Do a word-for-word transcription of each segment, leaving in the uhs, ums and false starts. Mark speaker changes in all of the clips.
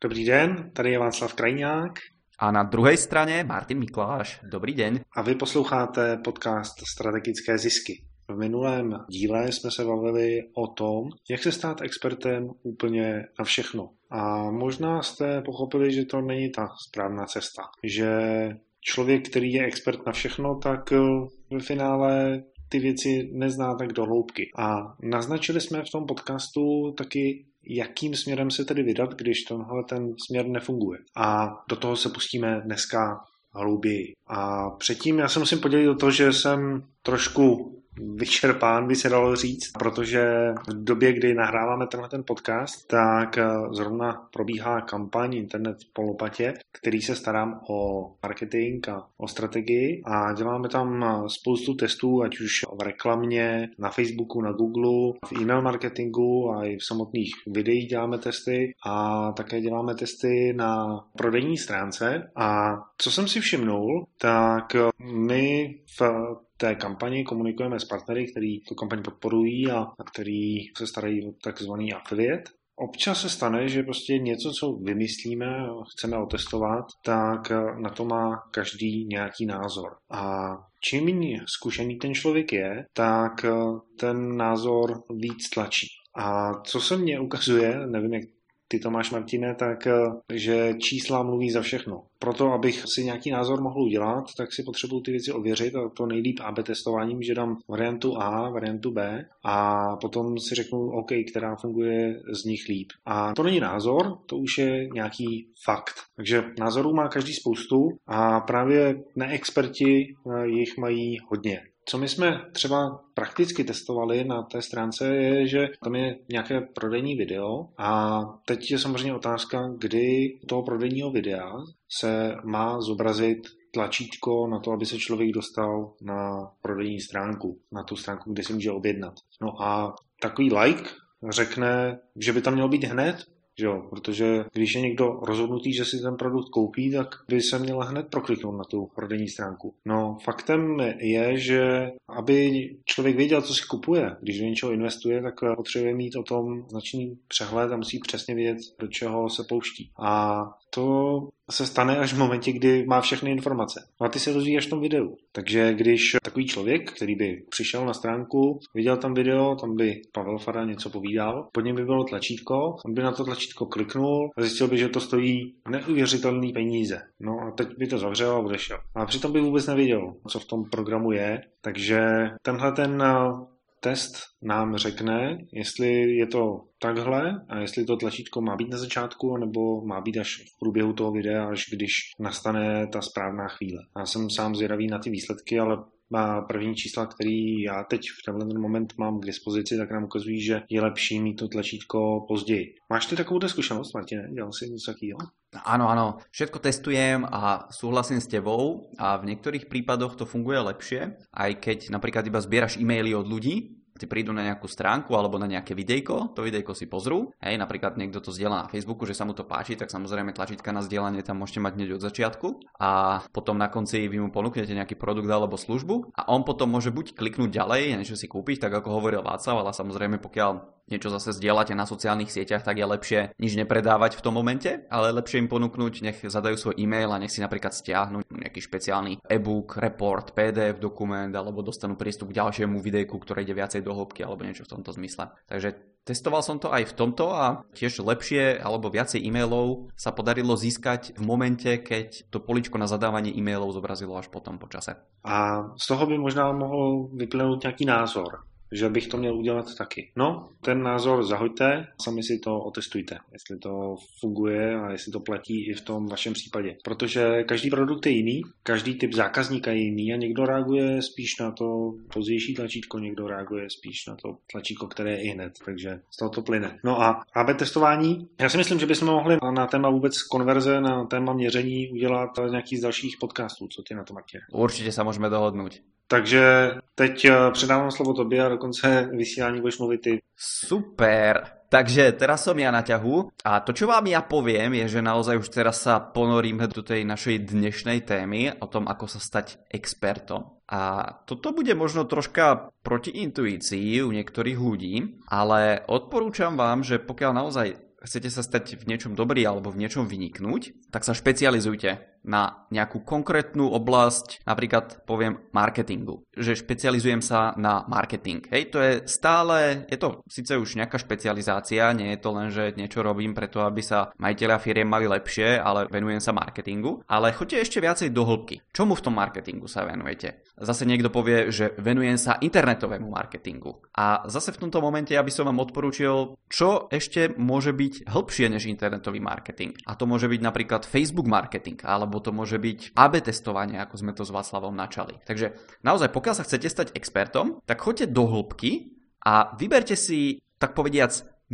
Speaker 1: Dobrý den, tady je Václav Krajňák.
Speaker 2: A na druhej strane Martin Mikláš. Dobrý deň.
Speaker 1: A vy posloucháte podcast Strategické zisky. V minulém díle jsme se bavili o tom, jak se stát expertem úplně na všechno. A možná jste pochopili, že to není ta správná cesta. Že člověk, který je expert na všechno, tak ve finále ty věci nezná tak do hloubky. A naznačili jsme v tom podcastu taky, jakým směrem se tedy vydat, když tenhle ten směr nefunguje. A do toho se pustíme dneska hlouběji. A předtím já se musím podělit o to, že jsem trošku vyčerpán, by se dalo říct, protože v době, kdy nahráváme tenhle ten podcast, tak zrovna probíhá kampaň Internet po lopatě, který se starám o marketing a o strategii a děláme tam spoustu testů, ať už v reklamě, na Facebooku, na Google, v e-mail marketingu a i v samotných videích děláme testy a také děláme testy na prodejní stránce. A co jsem si všimnul, tak my v té kampani komunikujeme s partnery, kteří tu kampaň podporují a, a který se starají o takzvaný affiliate. Občas se stane, že prostě něco, co vymyslíme a chceme otestovat, tak na to má každý nějaký názor. A čím méně zkušený ten člověk je, tak ten názor víc tlačí. A co se mně ukazuje, nevím, jak ty to máš, Martine, tak že čísla mluví za všechno. Proto, abych si nějaký názor mohl udělat, tak si potřebuji ty věci ověřit a to nejlíp A B testováním, že dám variantu A, variantu B a potom si řeknu, OK, která funguje z nich líp. A to není názor, to už je nějaký fakt. Takže názorů má každý spoustu a právě neexperti jich mají hodně. Co my jsme třeba prakticky testovali na té stránce je, že tam je nějaké prodejní video a teď je samozřejmě otázka, kdy toho prodejního videa se má zobrazit tlačítko na to, aby se člověk dostal na prodejní stránku, na tu stránku, kde si může objednat. No a takový like řekne, že by tam mělo být hned, že jo, protože když je někdo rozhodnutý, že si ten produkt koupí, tak by se měl hned prokliknout na tu prodejní stránku. No faktem je, že aby člověk věděl, co si kupuje, když do něčeho investuje, tak potřebuje mít o tom značný přehled a musí přesně vědět, do čeho se pouští. A to se stane až v momentě, kdy má všechny informace. A ty se dozví až v tom videu. Takže když takový člověk, který by přišel na stránku, viděl tam video, tam by Pavel Fara něco povídal, pod něm by bylo tlačítko, on by na to tlačítko kliknul a zjistil by, že to stojí neuvěřitelné peníze. No a teď by to zavřel a odešel. A přitom by vůbec nevěděl, co v tom programu je. Takže tenhle ten test nám řekne, jestli je to takhle a jestli to tlačítko má být na začátku nebo má být až v průběhu toho videa, až když nastane ta správná chvíle. Já jsem sám zvědavý na ty výsledky, ale první čísla, který já teď v tenhle moment mám k dispozici, tak nám ukazují, že je lepší mít to tlačítko později. Máš ty takovou zkušenosť, Martine? Dělal si něco takého?
Speaker 2: Áno, áno. Všetko testujem a súhlasím s tebou a v niektorých prípadoch to funguje lepšie, aj keď napríklad iba zbieraš e-maily od ľudí, ti prídu na nejakú stránku alebo na nejaké videjko, to videjko si pozrú, hej, napríklad niekto to zdieľa na Facebooku, že sa mu to páči, tak samozrejme tlačítka na zdieľanie tam môžete mať hneď od začiatku a potom na konci vy mu ponúknete nejaký produkt alebo službu a on potom môže buď kliknúť ďalej a niečo si kúpiť, tak ako hovoril Václav, ale samozrejme pokiaľ niečo zase zdieľate na sociálnych sieťach, tak je lepšie nič nepredávať v tom momente, ale lepšie im ponúknuť, nech zadajú svoj e-mail a nech si napríklad stiahnu nejaký špeciálny e-book, report, pé dé ef dokument alebo dostanú prístup k ďalšiemu videjku, ktoré ide viacej do hĺbky alebo niečo v tomto zmysle. Takže testoval som to aj v tomto a tiež lepšie alebo viacej e-mailov sa podarilo získať v momente, keď to políčko na zadávanie e-mailov zobrazilo až potom po čase.
Speaker 1: A z toho by možná mohl vyplynout nějaký názor, že bych to měl udělat taky. No, ten názor zahoďte, sami si to otestujte, jestli to funguje a jestli to platí i v tom vašem případě. Protože každý produkt je jiný, každý typ zákazníka je jiný a někdo reaguje spíš na to pozdější tlačítko, někdo reaguje spíš na to tlačítko, které je i hned, takže z toho to plyne. No a A B testování, já si myslím, že bychom mohli na téma vůbec konverze, na téma měření udělat nějaký z dalších podcastů. Co ty na to, Martine?
Speaker 2: Určitě se můžeme dohodnout.
Speaker 1: Takže teď předávám slovo tobě a do konce vysílání budeš mluvit ty.
Speaker 2: Super. Takže teraz som ja na ťahu a to, čo vám ja poviem, je, že naozaj už teraz sa ponoríme do tej našej dnešnej témy o tom, ako sa stať expertom. A toto bude možno troška proti intuícii u niektorých ľudí, ale odporúčam vám, že pokiaľ naozaj chcete sa stať v niečom dobrý alebo v niečom vyniknúť, tak sa špecializujte na nejakú konkrétnu oblasť, napríklad poviem marketingu, že špecializujem sa na marketing. Hej, to je stále, je to síce už nejaká špecializácia, nie je to len, že niečo robím preto, aby sa majiteľia firiem mali lepšie, ale venujem sa marketingu, ale choďte ešte viacej do hĺbky. Čomu v tom marketingu sa venujete? Zase niekto povie, že venujem sa internetovému marketingu. A zase v tomto momente ja by som vám odporúčil, čo ešte môže byť hĺbšie než internetový marketing. A to môže byť napríklad Facebook marketing, alebo to môže byť á bé testovanie, ako sme to s Václavom načali. Takže naozaj, pokiaľ sa chcete stať expertom, tak choďte do hĺbky a vyberte si, tak povediac,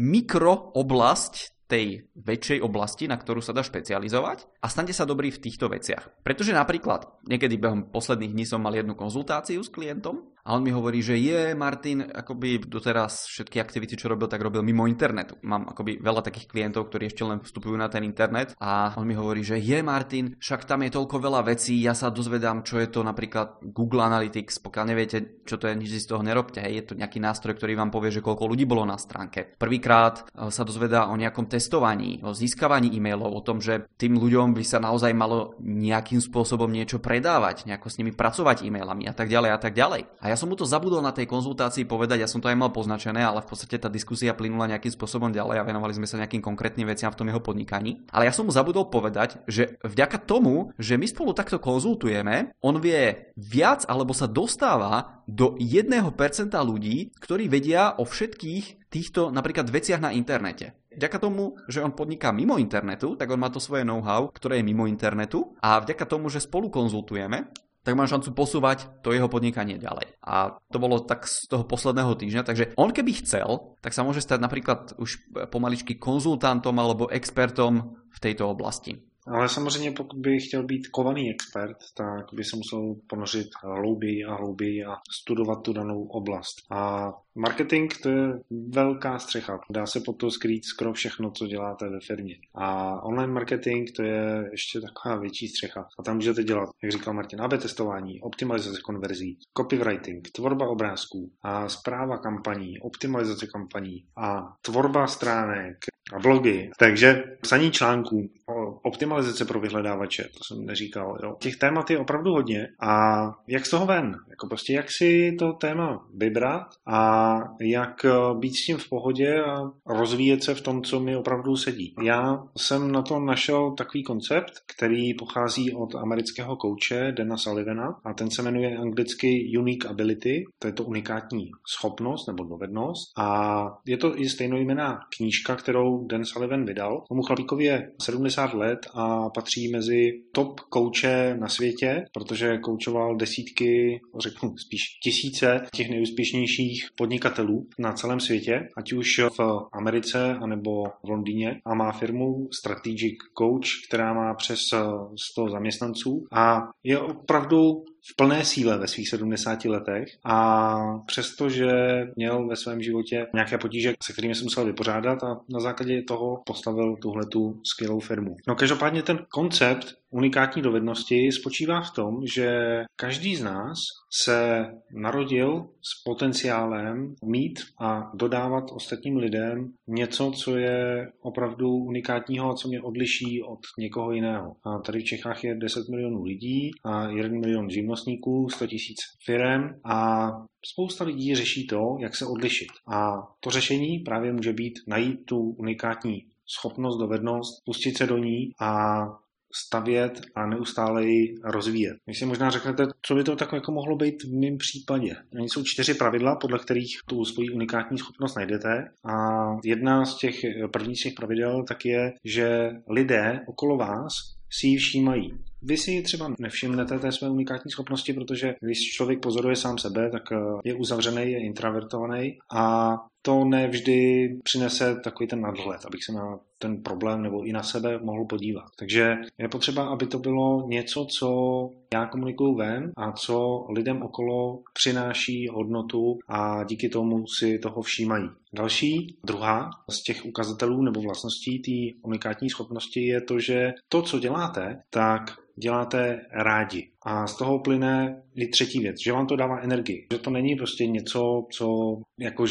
Speaker 2: mikrooblasť tej väčšej oblasti, na ktorú sa dá špecializovať a staňte sa dobrí v týchto veciach. Pretože napríklad, niekedy behom posledných dní som mal jednu konzultáciu s klientom a on mi hovorí, že je, Martin, akoby doteraz všetky aktivity, čo robil, tak robil mimo internetu. Mám akoby veľa takých klientov, ktorí ešte len vstupujú na ten internet a on mi hovorí, že je, Martin, však tam je toľko veľa vecí, ja sa dozvedám, čo je to napríklad Google Analytics, pokiaľ neviete, čo to je, nič z toho nerobte, hej, je to nejaký nástroj, ktorý vám povie, že koľko ľudí bolo na stránke. Prvýkrát sa dozvedá o nejakom testovaní, o získavaní e-mailov, o tom, že tým ľuďom by sa naozaj malo nejakým spôsobom niečo predávať, nejako s nimi pracovať e-mailami a tak ďalej a tak ďalej. A ja som mu to zabudol na tej konzultácii povedať, ja som to aj mal poznačené, ale v podstate tá diskusia plynula nejakým spôsobom ďalej a venovali sme sa nejakým konkrétnym veciam v tom jeho podnikaní. Ale ja som mu zabudol povedať, že vďaka tomu, že my spolu takto konzultujeme, on vie viac alebo sa dostáva do jedného percenta ľudí, ktorí vedia o všetkých týchto napríklad veciach na internete. Vďaka tomu, že on podniká mimo internetu, tak on má to svoje know-how, ktoré je mimo internetu a vďaka tomu, že spolu konzultujeme, tak mám šancu posúvať to jeho podnikanie ďalej. A to bolo tak z toho posledného týždňa, takže on keby chcel, tak sa môže stať napríklad už pomaličky konzultantom alebo expertom v tejto oblasti.
Speaker 1: Ale samozřejmě pokud by chtěl být kovaný expert, tak by se musel ponořit hlouběji a hlouběji a studovat tu danou oblast. A marketing to je velká střecha. Dá se pod to skrýt skoro všechno, co děláte ve firmě. A online marketing to je ještě taková větší střecha. A tam můžete dělat, jak říkal Martin, á bé testování, optimalizace konverzí, copywriting, tvorba obrázků a správa kampaní, optimalizace kampaní a tvorba stránek a blogy. Takže psaní článků, optimalizace pro vyhledávače, to jsem neříkal. Jo. Těch témat je opravdu hodně a jak z toho ven? Jako prostě jak si to téma vybrat a jak být s tím v pohodě a rozvíjet se v tom, co mi opravdu sedí. Já jsem na to našel takový koncept, který pochází od amerického kouče Dana Sullivana a ten se jmenuje anglicky Unique Ability, to je to unikátní schopnost nebo dovednost a je to i stejnojmenná knížka, kterou Dan Sullivan vydal. Tomu chlapíkovi je sedmdesát let a patří mezi top kouče na světě, protože koučoval desítky, řeknu spíš tisíce těch nejúspěšnějších podnikatelů na celém světě, ať už v Americe anebo v Londýně a má firmu Strategic Coach, která má přes sto zaměstnanců a je opravdu v plné síle ve svých sedmdesáti letech a přestože měl ve svém životě nějaké potíže, se kterými se musel vypořádat a na základě toho postavil tuhletu skvělou firmu. No každopádně ten koncept unikátní dovednosti spočívá v tom, že každý z nás se narodil s potenciálem mít a dodávat ostatním lidem něco, co je opravdu unikátního a co mě odliší od někoho jiného. A tady v Čechách je deset milionů lidí a jeden milion živnostníků, sto tisíc firem a spousta lidí řeší to, jak se odlišit. A to řešení právě může být najít tu unikátní schopnost, dovednost, pustit se do ní a stavět a neustále ji rozvíjet. Když si možná řeknete, co by to tak jako mohlo být v mém případě. Jsou čtyři pravidla, podle kterých tu svoji unikátní schopnost najdete a jedna z těch prvních z těch pravidel tak je, že lidé okolo vás si ji všímají. Vy si třeba nevšimnete té své unikátní schopnosti, protože když člověk pozoruje sám sebe, tak je uzavřený, je introvertovaný a to nevždy přinese takový ten nadhled, abych se na ten problém nebo i na sebe mohl podívat. Takže je potřeba, aby to bylo něco, co já komunikuju ven a co lidem okolo přináší hodnotu a díky tomu si toho všímají. Další, druhá z těch ukazatelů nebo vlastností té unikátní schopnosti je to, že to, co děláte, tak děláte rádi. A z toho plyne i třetí věc, že vám to dává energii. Že to není prostě něco, co jakože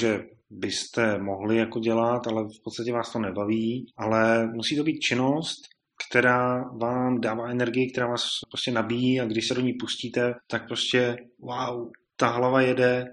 Speaker 1: byste mohli jako dělat, ale v podstatě vás to nebaví, ale musí to být činnost, která vám dává energii, která vás prostě nabíjí a když se do ní pustíte, tak prostě wow, ta hlava jede,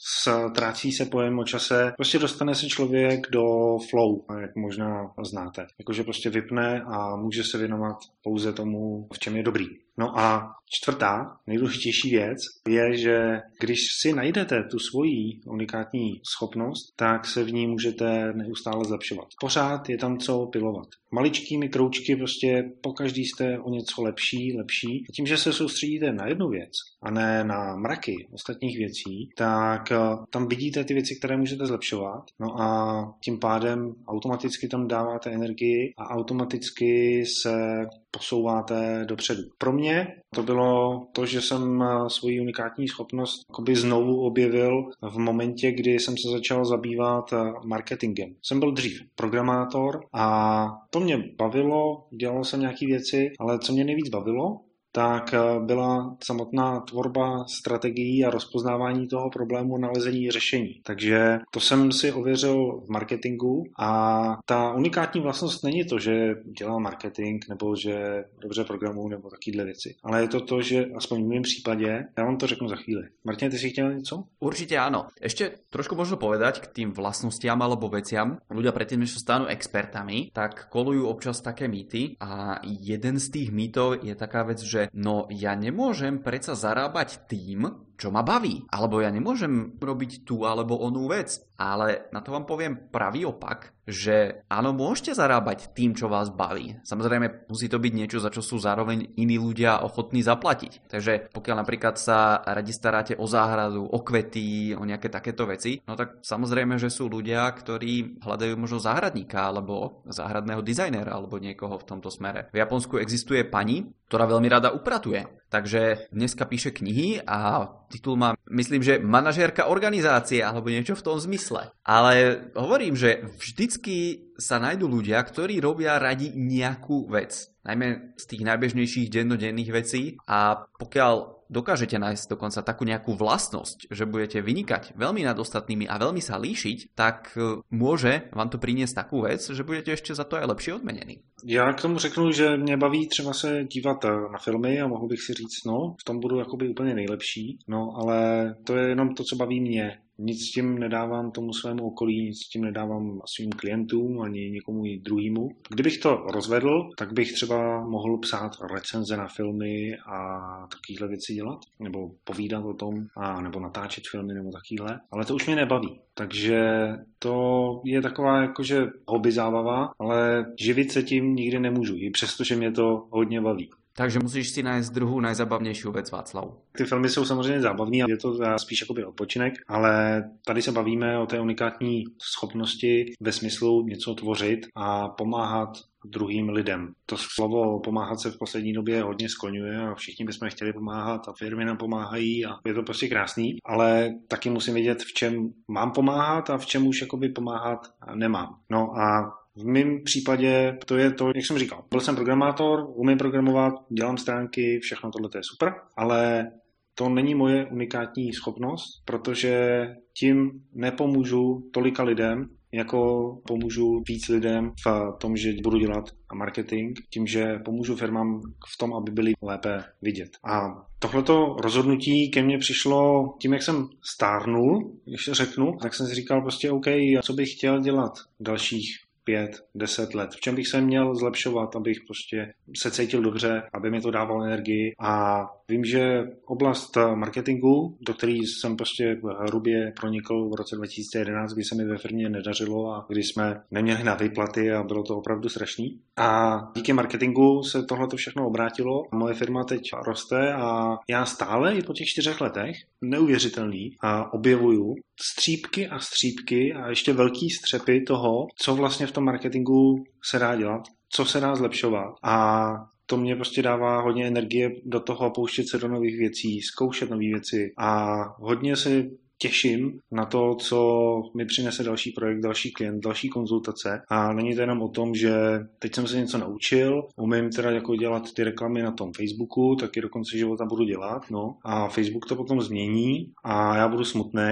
Speaker 1: ztrácí se pojem o čase, prostě dostane se člověk do flow, jak možná znáte. Jakože prostě vypne a může se věnovat pouze tomu, v čem je dobrý. No a čtvrtá, nejdůležitější věc je, že když si najdete tu svoji unikátní schopnost, tak se v ní můžete neustále zlepšovat. Pořád je tam co pilovat. Maličkými kroučky prostě pokaždý jste o něco lepší, lepší. A tím, že se soustředíte na jednu věc a ne na mraky ostatních věcí, tak tam vidíte ty věci, které můžete zlepšovat. No a tím pádem automaticky tam dáváte energii a automaticky se posouváte dopředu. Pro mě to bylo to, že jsem svoji unikátní schopnost jakoby znovu objevil v momentě, kdy jsem se začal zabývat marketingem. Jsem byl dřív programátor a to mě bavilo, dělal jsem nějaké věci, ale co mě nejvíc bavilo, tak byla samotná tvorba strategií a rozpoznávání toho problému, nalezení řešení. Takže to jsem si ověřil v marketingu a ta unikátní vlastnost není to, že dělám marketing nebo že dobře programuju nebo takovéhle věci, ale je to to, že aspoň v mém případě, já vám to řeknu za chvíli. Martin, ty si chtěl něco?
Speaker 2: Určite áno. Ešte trošku možno povedať k tým vlastnostiam alebo veciam. Ľudia predtým, než sa stanú expertami, tak kolujú občas také mýty a jeden z tých mýtov je taká vec, že no ja nemôžem predsa zarábať tým, čo ma baví. Alebo ja nemôžem robiť tú alebo onú vec. Ale na to vám poviem pravý opak, že áno, môžete zarábať tým, čo vás baví. Samozrejme, musí to byť niečo, za čo sú zároveň iní ľudia ochotní zaplatiť. Takže pokiaľ napríklad sa radi staráte o záhradu, o kvety, o nejaké takéto veci, no tak samozrejme, že sú ľudia, ktorí hľadajú možno záhradníka alebo záhradného dizajnera alebo niekoho v tomto smere. V Japonsku existuje pani, ktorá veľmi rada upratuje. Takže dneska píše knihy a titul má, myslím, že manažérka organizácie alebo niečo v tom zmysle. Ale hovorím, že vždycky sa nájdú ľudia, ktorí robia radi nejakú vec. Najmä z tých najbežnejších dennodenných vecí a pokiaľ dokážete nájsť dokonca takú nejakú vlastnosť, že budete vynikať veľmi nad ostatnými a veľmi sa líšiť, tak môže vám to priniesť takú vec, že budete ešte za to aj lepšie odmenení.
Speaker 1: Já k tomu řeknu, že mě baví třeba se dívat na filmy a mohl bych si říct, no, v tom budu jakoby úplně nejlepší, no, ale to je jenom to, co baví mě. Nic s tím nedávám tomu svému okolí, nic s tím nedávám svým klientům ani někomu druhému. Kdybych to rozvedl, tak bych třeba mohl psát recenze na filmy a takovéhle věci dělat, nebo povídat o tom, a nebo natáčet filmy nebo takovéhle, ale to už mě nebaví. Takže to je taková jakože hobby zábava, ale živit se tím nikdy nemůžu, i přesto, že mě to hodně baví.
Speaker 2: Takže musíš si nájsť druhú najzabavnejšiu vec, Václav.
Speaker 1: Ty filmy jsou samozřejmě zábavní a je to spíš jakoby odpočinek, ale tady se bavíme o té unikátní schopnosti ve smyslu něco tvořit a pomáhat druhým lidem. To slovo pomáhat se v poslední době hodně skloňuje a všichni bychom chtěli pomáhat a firmy nám pomáhají a je to prostě krásný, ale taky musím vědět, v čem mám pomáhat a v čem už jakoby pomáhat nemám. No a v mém případě to je to, jak jsem říkal, byl jsem programátor, umím programovat, dělám stránky, všechno tohle je super, ale to není moje unikátní schopnost, protože tím nepomůžu tolika lidem, jako pomůžu víc lidem v tom, že budu dělat marketing, tím, že pomůžu firmám v tom, aby byli lépe vidět. A tohleto rozhodnutí ke mně přišlo tím, jak jsem stárnul, když řeknu, tak jsem si říkal prostě OK, co bych chtěl dělat dalších pět, deset let. V čem bych se měl zlepšovat, abych prostě se cítil dobře, aby mi to dávalo energii. A vím, že oblast marketingu, do který jsem prostě hrubě pronikl v roce dva tisíce jedenáct, kdy se mi ve firmě nedařilo a kdy jsme neměli na výplaty a bylo to opravdu strašný. A díky marketingu se tohleto všechno obrátilo. Moje firma teď roste a já stále i po těch čtyřech letech neuvěřitelný a objevuju střípky a střípky a ještě velký střepy toho, co vlastně v tom marketingu se dá dělat, co se dá zlepšovat a to mě prostě dává hodně energie do toho pouštět se do nových věcí, zkoušet nové věci a hodně se těším na to, co mi přinese další projekt, další klient, další konzultace a není to jenom o tom, že teď jsem se něco naučil, umím teda jako dělat ty reklamy na tom Facebooku, taky do konce života budu dělat, no a Facebook to potom změní a já budu smutnej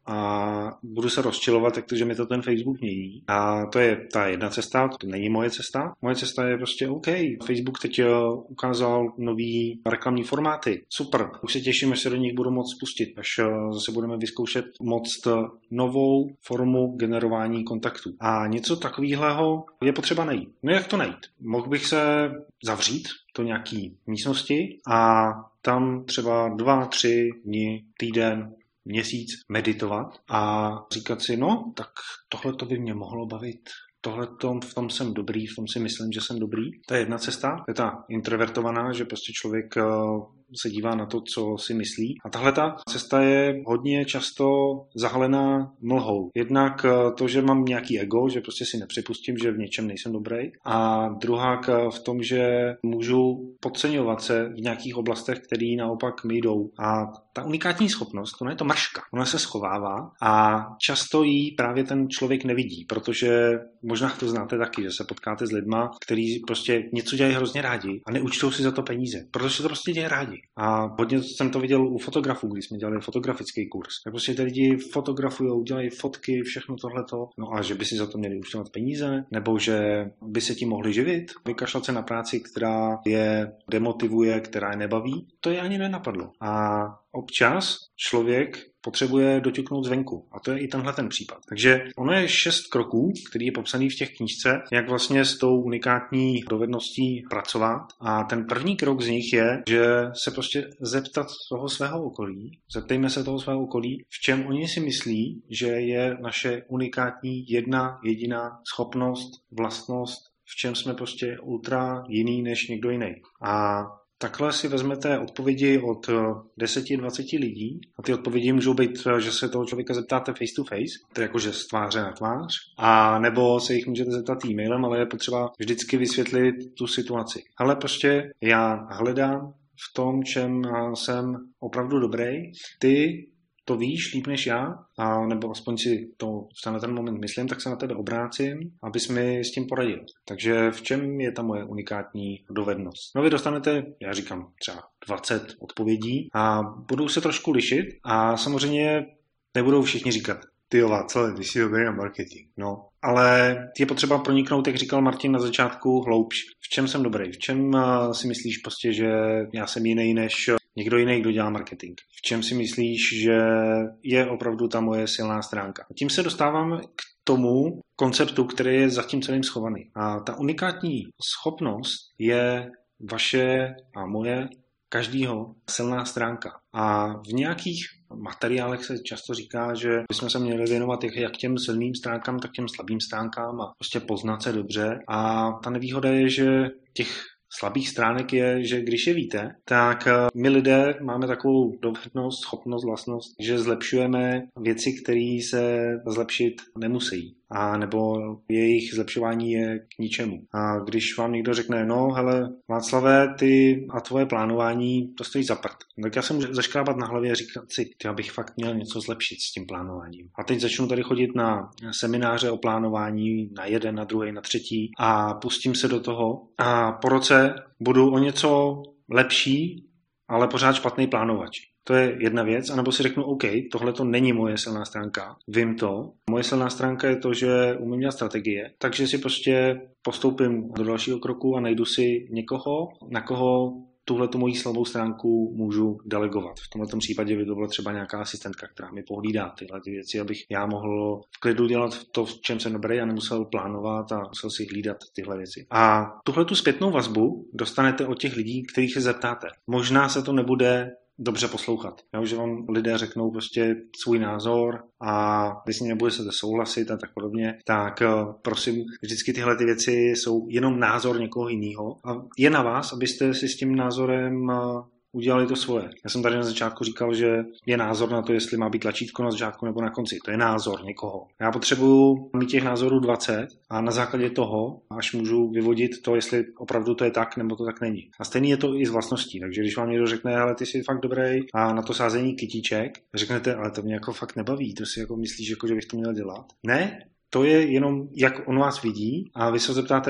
Speaker 1: a budu se rozčilovat, takže mi to ten Facebook mění. A to je ta jedna cesta, to není moje cesta. Moje cesta je prostě OK. Facebook teď ukázal nový reklamní formáty. Super. Už se těším, až se do nich budu moct spustit, až zase budeme vyzkoušet moct novou formu generování kontaktů. A něco takového je potřeba najít. No jak to najít? Mohl bych se zavřít do nějaký místnosti a tam třeba dva, tři dny, týden, měsíc meditovat a říkat si, no, tak tohle to by mě mohlo bavit. Tohle v tom jsem dobrý, v tom si myslím, že jsem dobrý. To je jedna cesta, to je ta introvertovaná, že prostě člověk se dívá na to, co si myslí. A tahle ta cesta je hodně často zahalená mlhou. Jednak to, že mám nějaký ego, že prostě si nepřipustím, že v něčem nejsem dobrý. A druhá v tom, že můžu podceňovat se v nějakých oblastech, které naopak mi jdou. A ta unikátní schopnost, ona je to mrška. Ona se schovává a často ji právě ten člověk nevidí, protože možná to znáte taky, že se potkáte s lidma, kteří prostě něco dělají hrozně rádi a neúčtou si za to peníze, protože to prostě dělají rádi. A hodně jsem to viděl u fotografů, když jsme dělali fotografický kurz. Tak prostě ty lidi fotografujou, dělají fotky, všechno tohleto. No a že by si za to měli účtovat peníze, nebo že by se tím mohli živit, vykašlat se na práci, která je demotivuje, která je nebaví, to je ani nenapadlo. A občas člověk potřebuje doťuknout zvenku. A to je i tenhle ten případ. Takže ono je šest kroků, který je popsaný v těch knížce, jak vlastně s tou unikátní dovedností pracovat. A ten první krok z nich je, že se prostě zeptat toho svého okolí, zeptejme se toho svého okolí, v čem oni si myslí, že je naše unikátní jedna jediná schopnost, vlastnost, v čem jsme prostě ultra jiný než někdo jiný. A takhle si vezmete odpovědi od deseti dvacet lidí a ty odpovědi můžou být, že se toho člověka zeptáte face to face, to je jako že z tváře na tvář, a nebo se jich můžete zeptat e-mailem, ale je potřeba vždycky vysvětlit tu situaci. Ale prostě já hledám v tom, čem jsem opravdu dobrý, ty to víš líp než já, a nebo aspoň si to na ten moment myslím, tak se na tebe obrácím, abys mi s tím poradil. Takže v čem je ta moje unikátní dovednost? No vy dostanete, já říkám, třeba dvacet odpovědí a budou se trošku lišit a samozřejmě nebudou všichni říkat, ty jo, Václav, ty jsi dobrý na marketing. No, ale je potřeba proniknout, jak říkal Martin na začátku, hloubš. V čem jsem dobrý? V čem si myslíš prostě, že já jsem jiný než někdo jiný, kdo dělá marketing? V čem si myslíš, že je opravdu ta moje silná stránka? A tím se dostávám k tomu konceptu, který je za tím celým schovaný. A ta unikátní schopnost je vaše a moje každýho silná stránka. A v nějakých materiálech se často říká, že bychom se měli věnovat jak těm silným stránkám, tak těm slabým stránkám a prostě poznat se dobře. A ta nevýhoda je, že těch slabých stránek je, že když je víte, tak my lidé máme takovou dovednost, schopnost, vlastnost, že zlepšujeme věci, které se zlepšit nemusí. A nebo jejich zlepšování je k ničemu. A když vám někdo řekne, no hele, Václavé, ty a tvoje plánování, to stojí za prd. Tak já se můžu zaškrábat na hlavě a říkat si, ty abych fakt měl něco zlepšit s tím plánováním. A teď začnu tady chodit na semináře o plánování, na jeden, na druhý, na třetí a pustím se do toho a po roce budu o něco lepší, ale pořád špatný plánovač. To je jedna věc, anebo si řeknu, OK, tohle to není moje silná stránka, vím to. Moje silná stránka je to, že umím dělat strategie, takže si prostě postoupím do dalšího kroku a najdu si někoho, na koho tuhletu moji slabou stránku můžu delegovat. V tomto případě by to byla třeba nějaká asistentka, která mi pohlídá tyhle ty věci, abych já mohl v klidu dělat to, v čem jsem dobrý a nemusel plánovat a musel si hlídat tyhle věci. A tuhletu zpětnou vazbu dostanete od těch lidí, kterých se zeptáte. Možná se to nebude dobře poslouchat. Jo, že vám lidé řeknou prostě svůj názor a vy s ním nebudete souhlasit a tak podobně, tak prosím, vždycky tyhle ty věci jsou jenom názor někoho jiného a je na vás, abyste si s tím názorem udělali to svoje. Já jsem tady na začátku říkal, že je názor na to, jestli má být tlačítko na začátku nebo na konci. To je názor někoho. Já potřebuju mít těch názorů dvacet a na základě toho až můžu vyvodit to, jestli opravdu to je tak nebo to tak není. A stejný je to i s vlastností. Takže když vám někdo řekne, ale ty jsi fakt dobrý a na to sázení kytíček, řeknete, ale to mě jako fakt nebaví, to si jako myslíš, jako, že bych to měl dělat. Ne, to je jenom, jak on vás vidí a vy se zeptáte,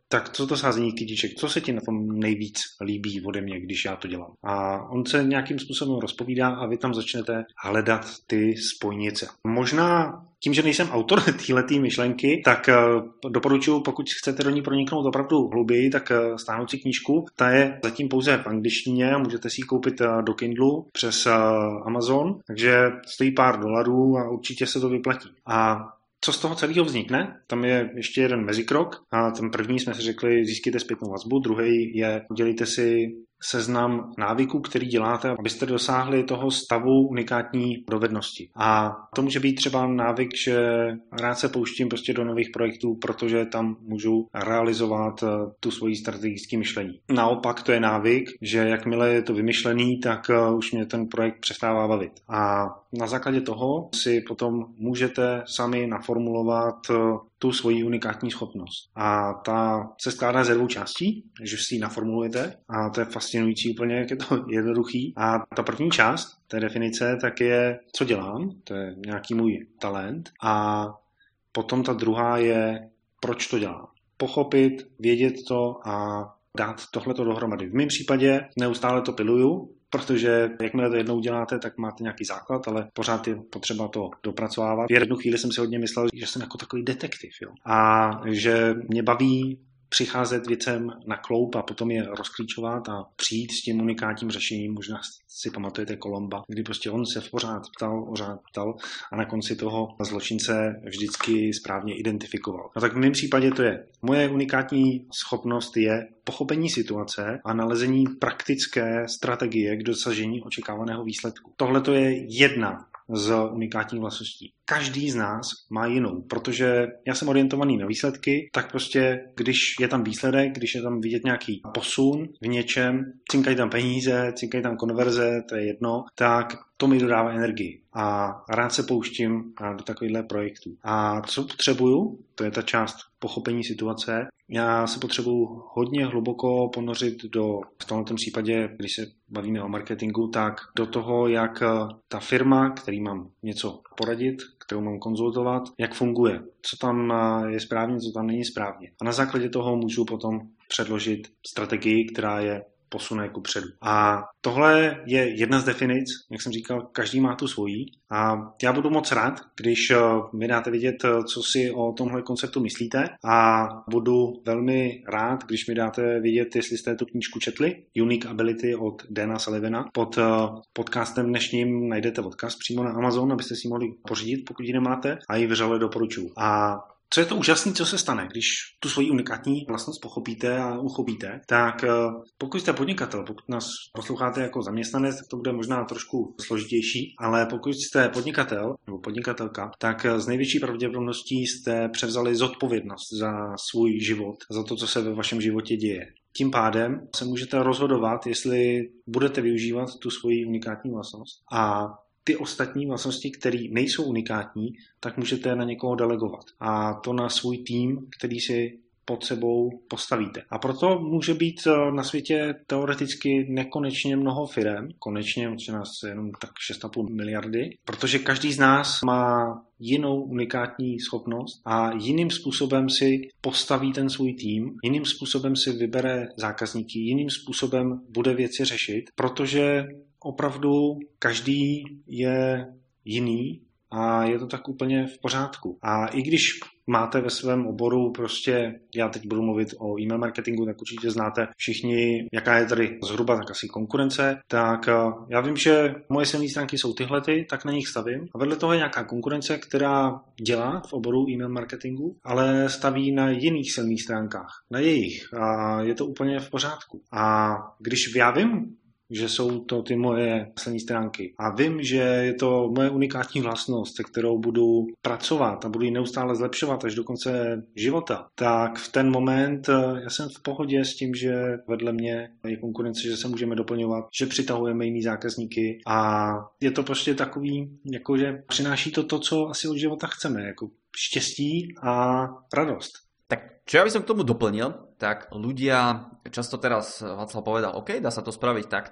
Speaker 1: tak co to sázení kytiček, co se ti na tom nejvíc líbí ode mě, když já to dělám. A on se nějakým způsobem rozpovídá a vy tam začnete hledat ty spojnice. Možná tím, že nejsem autor téhletý myšlenky, tak doporučuji, pokud chcete do ní proniknout opravdu hlouběji, tak stáhnout si knížku. Ta je zatím pouze v angličtině a můžete si ji koupit do Kindlu přes Amazon, takže stojí pár dolarů a určitě se to vyplatí. A co z toho celého vznikne? Tam je ještě jeden mezikrok. A ten první jsme si řekli, získejte zpětnou vazbu, druhý je, udělejte si seznam návyků, který děláte, abyste dosáhli toho stavu unikátní dovednosti. A to může být třeba návyk, že rád se pouštím prostě do nových projektů, protože tam můžu realizovat tu svoji strategické myšlení. Naopak to je návyk, že jakmile je to vymyšlený, tak už mě ten projekt přestává bavit. A na základě toho si potom můžete sami naformulovat tu svoji unikátní schopnost. A ta se skládá ze dvou částí, že si ji naformulujete a to je fascinující úplně, jak je to jednoduchý. A ta první část té definice tak je, co dělám, to je nějaký můj talent a potom ta druhá je, proč to dělám. Pochopit, vědět to a dát tohleto dohromady. V mém případě neustále to piluju, protože jakmile to jednou děláte, tak máte nějaký základ, ale pořád je potřeba to dopracovávat. V jednu chvíli jsem si hodně myslel, že jsem jako takový detektiv, jo? A že mě baví přicházet věcem na kloup a potom je rozklíčovat a přijít s tím unikátním řešením. Možná si pamatujete Kolomba, kdy prostě on se pořád ptal, pořád ptal a na konci toho zločince vždycky správně identifikoval. No tak v mém případě to je. Moje unikátní schopnost je pochopení situace a nalezení praktické strategie k dosažení očekávaného výsledku. Tohle to je jedna z unikátních vlastností. Každý z nás má jinou, protože já jsem orientovaný na výsledky, tak prostě, když je tam výsledek, když je tam vidět nějaký posun v něčem, cinkají tam peníze, cinkají tam konverze, to je jedno, tak to mi dodává energii a rád se pouštím do takovýchhle projektů. A co potřebuju, to je ta část pochopení situace. Já se potřebuju hodně hluboko ponořit do, v tomto případě, když se bavíme o marketingu, tak do toho, jak ta firma, který mám něco poradit, kterou mám konzultovat, jak funguje, co tam je správně, co tam není správně. A na základě toho můžu potom předložit strategii, která je posune kupředu. A tohle je jedna z definic, jak jsem říkal, každý má tu svojí. A já budu moc rád, když mi dáte vědět, co si o tomhle konceptu myslíte a budu velmi rád, když mi dáte vědět, jestli jste tu knížku četli, Unique Ability od Dana Sullivana. Pod podcastem dnešním najdete odkaz přímo na Amazon, abyste si mohli pořídit, pokud ji nemáte, a ji vřele doporučuji. A co je to úžasné, co se stane, když tu svoji unikátní vlastnost pochopíte a uchopíte, tak pokud jste podnikatel, pokud nás posloucháte jako zaměstnanec, tak to bude možná trošku složitější, ale pokud jste podnikatel nebo podnikatelka, tak z největší pravděpodobností jste převzali zodpovědnost za svůj život, za to, co se ve vašem životě děje. Tím pádem se můžete rozhodovat, jestli budete využívat tu svoji unikátní vlastnost a ty ostatní vlastnosti, které nejsou unikátní, tak můžete na někoho delegovat. A to na svůj tým, který si pod sebou postavíte. A proto může být na světě teoreticky nekonečně mnoho firem, konečně, protože nás je jenom tak šest a půl miliardy, protože každý z nás má jinou unikátní schopnost a jiným způsobem si postaví ten svůj tým, jiným způsobem si vybere zákazníky, jiným způsobem bude věci řešit, protože opravdu každý je jiný a je to tak úplně v pořádku. A i když máte ve svém oboru prostě, já teď budu mluvit o e-mail marketingu, tak určitě znáte všichni, jaká je tady zhruba tak asi konkurence, tak já vím, že moje silné stránky jsou tyhlety, tak na nich stavím. A vedle toho je nějaká konkurence, která dělá v oboru e-mail marketingu, ale staví na jiných silných stránkách, na jejich. A je to úplně v pořádku. A když já vím, že jsou to ty moje silné stránky. A vím, že je to moje unikátní vlastnost, se kterou budu pracovat a budu ji neustále zlepšovat až do konce života. Tak v ten moment já jsem v pohodě s tím, že vedle mě je konkurence, že se můžeme doplňovat, že přitahujeme jiný zákazníky a je to prostě takový, jakože přináší to to, co asi od života chceme, jako štěstí a radost.
Speaker 2: Tak čo ja by som k tomu doplnil, tak ľudia často teraz Václav povedal, OK, dá sa to spraviť takto,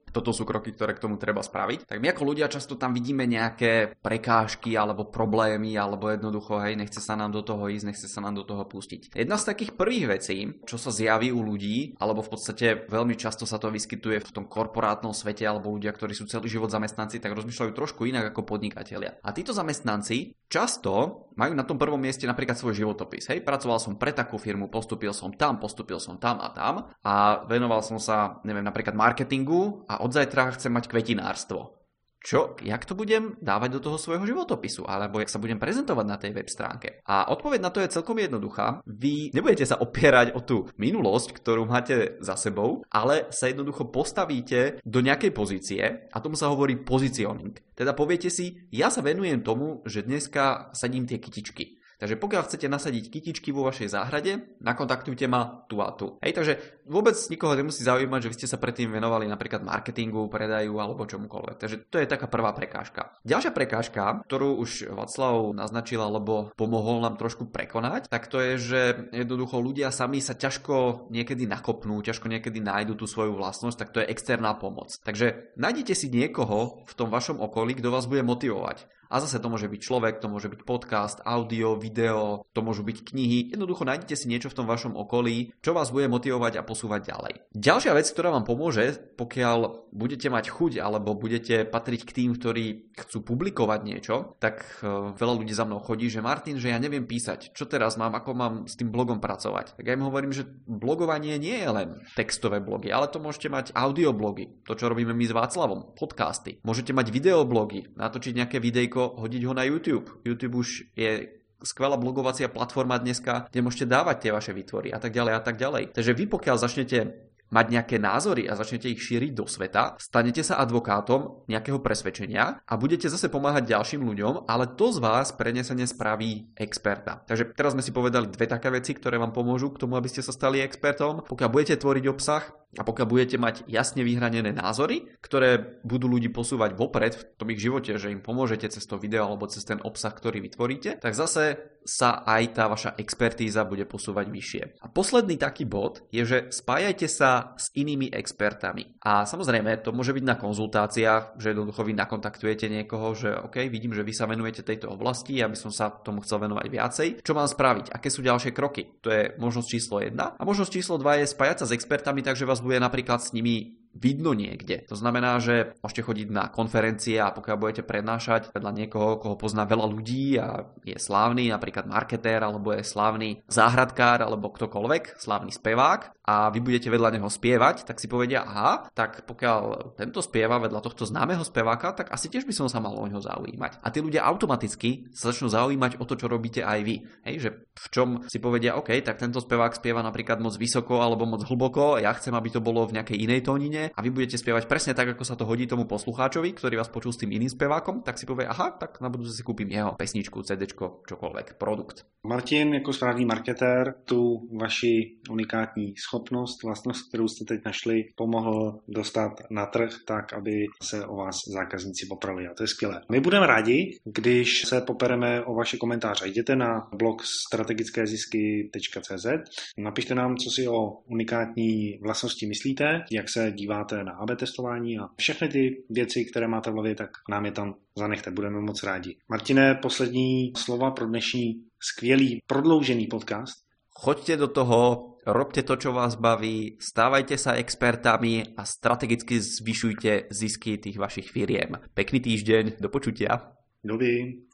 Speaker 2: Toto sú kroky, ktoré k tomu treba spraviť. Tak my ako ľudia často tam vidíme nejaké prekážky alebo problémy, alebo jednoducho, hej, nechce sa nám do toho ísť, nechce sa nám do toho pustiť. Jedna z takých prvých vecí, čo sa zjaví u ľudí, alebo v podstate veľmi často sa to vyskytuje v tom korporátnom svete, alebo ľudia, ktorí sú celý život zamestnanci, tak rozmýšľajú trošku inak ako podnikatelia. A títo zamestnanci často majú na tom prvom mieste napríklad svoj životopis. Hej, pracoval som pre takú firmu, postúpil som tam, postúpil som tam a tam a venoval som sa, neviem, napríklad marketingu a od zajtra chcem mať kvetinárstvo. Čo? Jak to budem dávať do toho svojho životopisu? Alebo jak sa budem prezentovať na tej web stránke? A odpoveď na to je celkom jednoduchá. Vy nebudete sa opierať o tú minulosť, ktorú máte za sebou, ale sa jednoducho postavíte do nejakej pozície a tomu sa hovorí pozicioning. Teda poviete si, ja sa venujem tomu, že dneska sadím tie kytičky. Takže pokiaľ chcete nasadiť kytičky vo vašej záhrade, nakontaktujte ma tu a tu. Hej, takže vôbec nikoho nemusí zaujímať, že vy ste sa predtým venovali napríklad marketingu, predaju alebo čomukoľvek. Takže to je taká prvá prekážka. Ďalšia prekážka, ktorú už Václav naznačil alebo pomohol nám trošku prekonať, tak to je, že jednoducho ľudia sami sa ťažko niekedy nakopnú, ťažko niekedy nájdu tú svoju vlastnosť, tak to je externá pomoc. Takže nájdete si niekoho v tom vašom okolí, kto vás bude motivovať. A zase to môže byť človek, to môže byť podcast, audio, video, to môžu byť knihy. Jednoducho nájdete si niečo v tom vašom okolí, čo vás bude motivovať a posúvať ďalej. Ďalšia vec, ktorá vám pomôže, pokiaľ budete mať chuť alebo budete patriť k tým, ktorí chcú publikovať niečo, tak veľa ľudí za mnou chodí, že Martin, že ja neviem písať, čo teraz mám, ako mám s tým blogom pracovať. Tak ja im hovorím, že blogovanie nie je len textové blogy, ale to môžete mať audioblogy, to čo robíme my s Václavom, podcasty. Môžete mať videoblogy, natočiť nejaké videjko, hodiť ho na YouTube. YouTube už je skvelá blogovacia platforma dneska, kde môžete dávať tie vaše výtvory a tak ďalej a tak ďalej. Takže vy pokiaľ začnete mať nejaké názory a začnete ich šíriť do sveta, stanete sa advokátom nejakého presvedčenia a budete zase pomáhať ďalším ľuďom, ale to z vás prenesene spraví experta. Takže teraz sme si povedali dve také veci, ktoré vám pomôžu k tomu, aby ste sa stali expertom. Pokiaľ budete tvoriť obsah a pokiaľ budete mať jasne vyhranené názory, ktoré budú ľudí posúvať vopred v tom ich živote, že im pomôžete cez to video alebo cez ten obsah, ktorý vytvoríte, tak zase sa aj tá vaša expertíza bude posúvať vyššie. A posledný taký bod je, že spájajte sa s inými expertami. A samozrejme, to môže byť na konzultáciách, že jednoducho vy nakontaktujete niekoho, že OK, vidím, že vy sa venujete tejto oblasti, ja by som sa tomu chcel venovať viacej. Čo mám spraviť? Aké sú ďalšie kroky? To je možnosť číslo jedna. A možnosť číslo dva je spájať sa s expertami, takže vás bude napríklad s nimi vidno niekde. To znamená, že môžete chodiť na konferencie a pokiaľ budete prednášať vedľa niekoho, koho pozná veľa ľudí a je slávny, napríklad marketér, alebo je slávny záhradkár, alebo ktokoľvek, slávny spevák a vy budete vedľa neho spievať, tak si povedia, aha, tak pokiaľ tento spieva vedľa tohto známeho speváka, tak asi tiež by som sa mal o neho zaujímať. A tí ľudia automaticky sa začnú zaujímať o to, čo robíte aj vy. Hej, že v čom si povedia, OK, tak tento spevák spieva napríklad moc vysoko alebo moc hlboko, ja chcem, aby to bolo v nejakej inej tónine a vy budete spievať presne tak, ako sa to hodí tomu poslucháčovi, ktorý vás počul s tým iným spevákom, tak si povie, aha, tak na budúce si kúpim jeho pesničku, CDčko, čokoľvek, produkt.
Speaker 1: Martin, jako správný marketér, tu vaši unikátní schopnost, vlastnost, kterou jste teď našli, pomohl dostat na trh tak, aby se o vás zákazníci poprali. A to je skvělé. My budeme rádi, když se popereme o vaše komentáře. Jděte na blog strategické zisky tečka cé zet, napište nám, co si o unikátní vlastnosti myslíte, jak se díváte na á bé testování a všechny ty věci, které máte v hlavě, tak nám je tam zanechte, budeme moc rádi. Martine, poslední slova pro dnešní skvělý prodloužený podcast.
Speaker 2: Choďte do toho, robte to, čo vás baví, stávajte sa expertami a strategicky zvyšujte zisky tých vašich firiem. Pekný týždeň, do počutia.
Speaker 1: Dovi.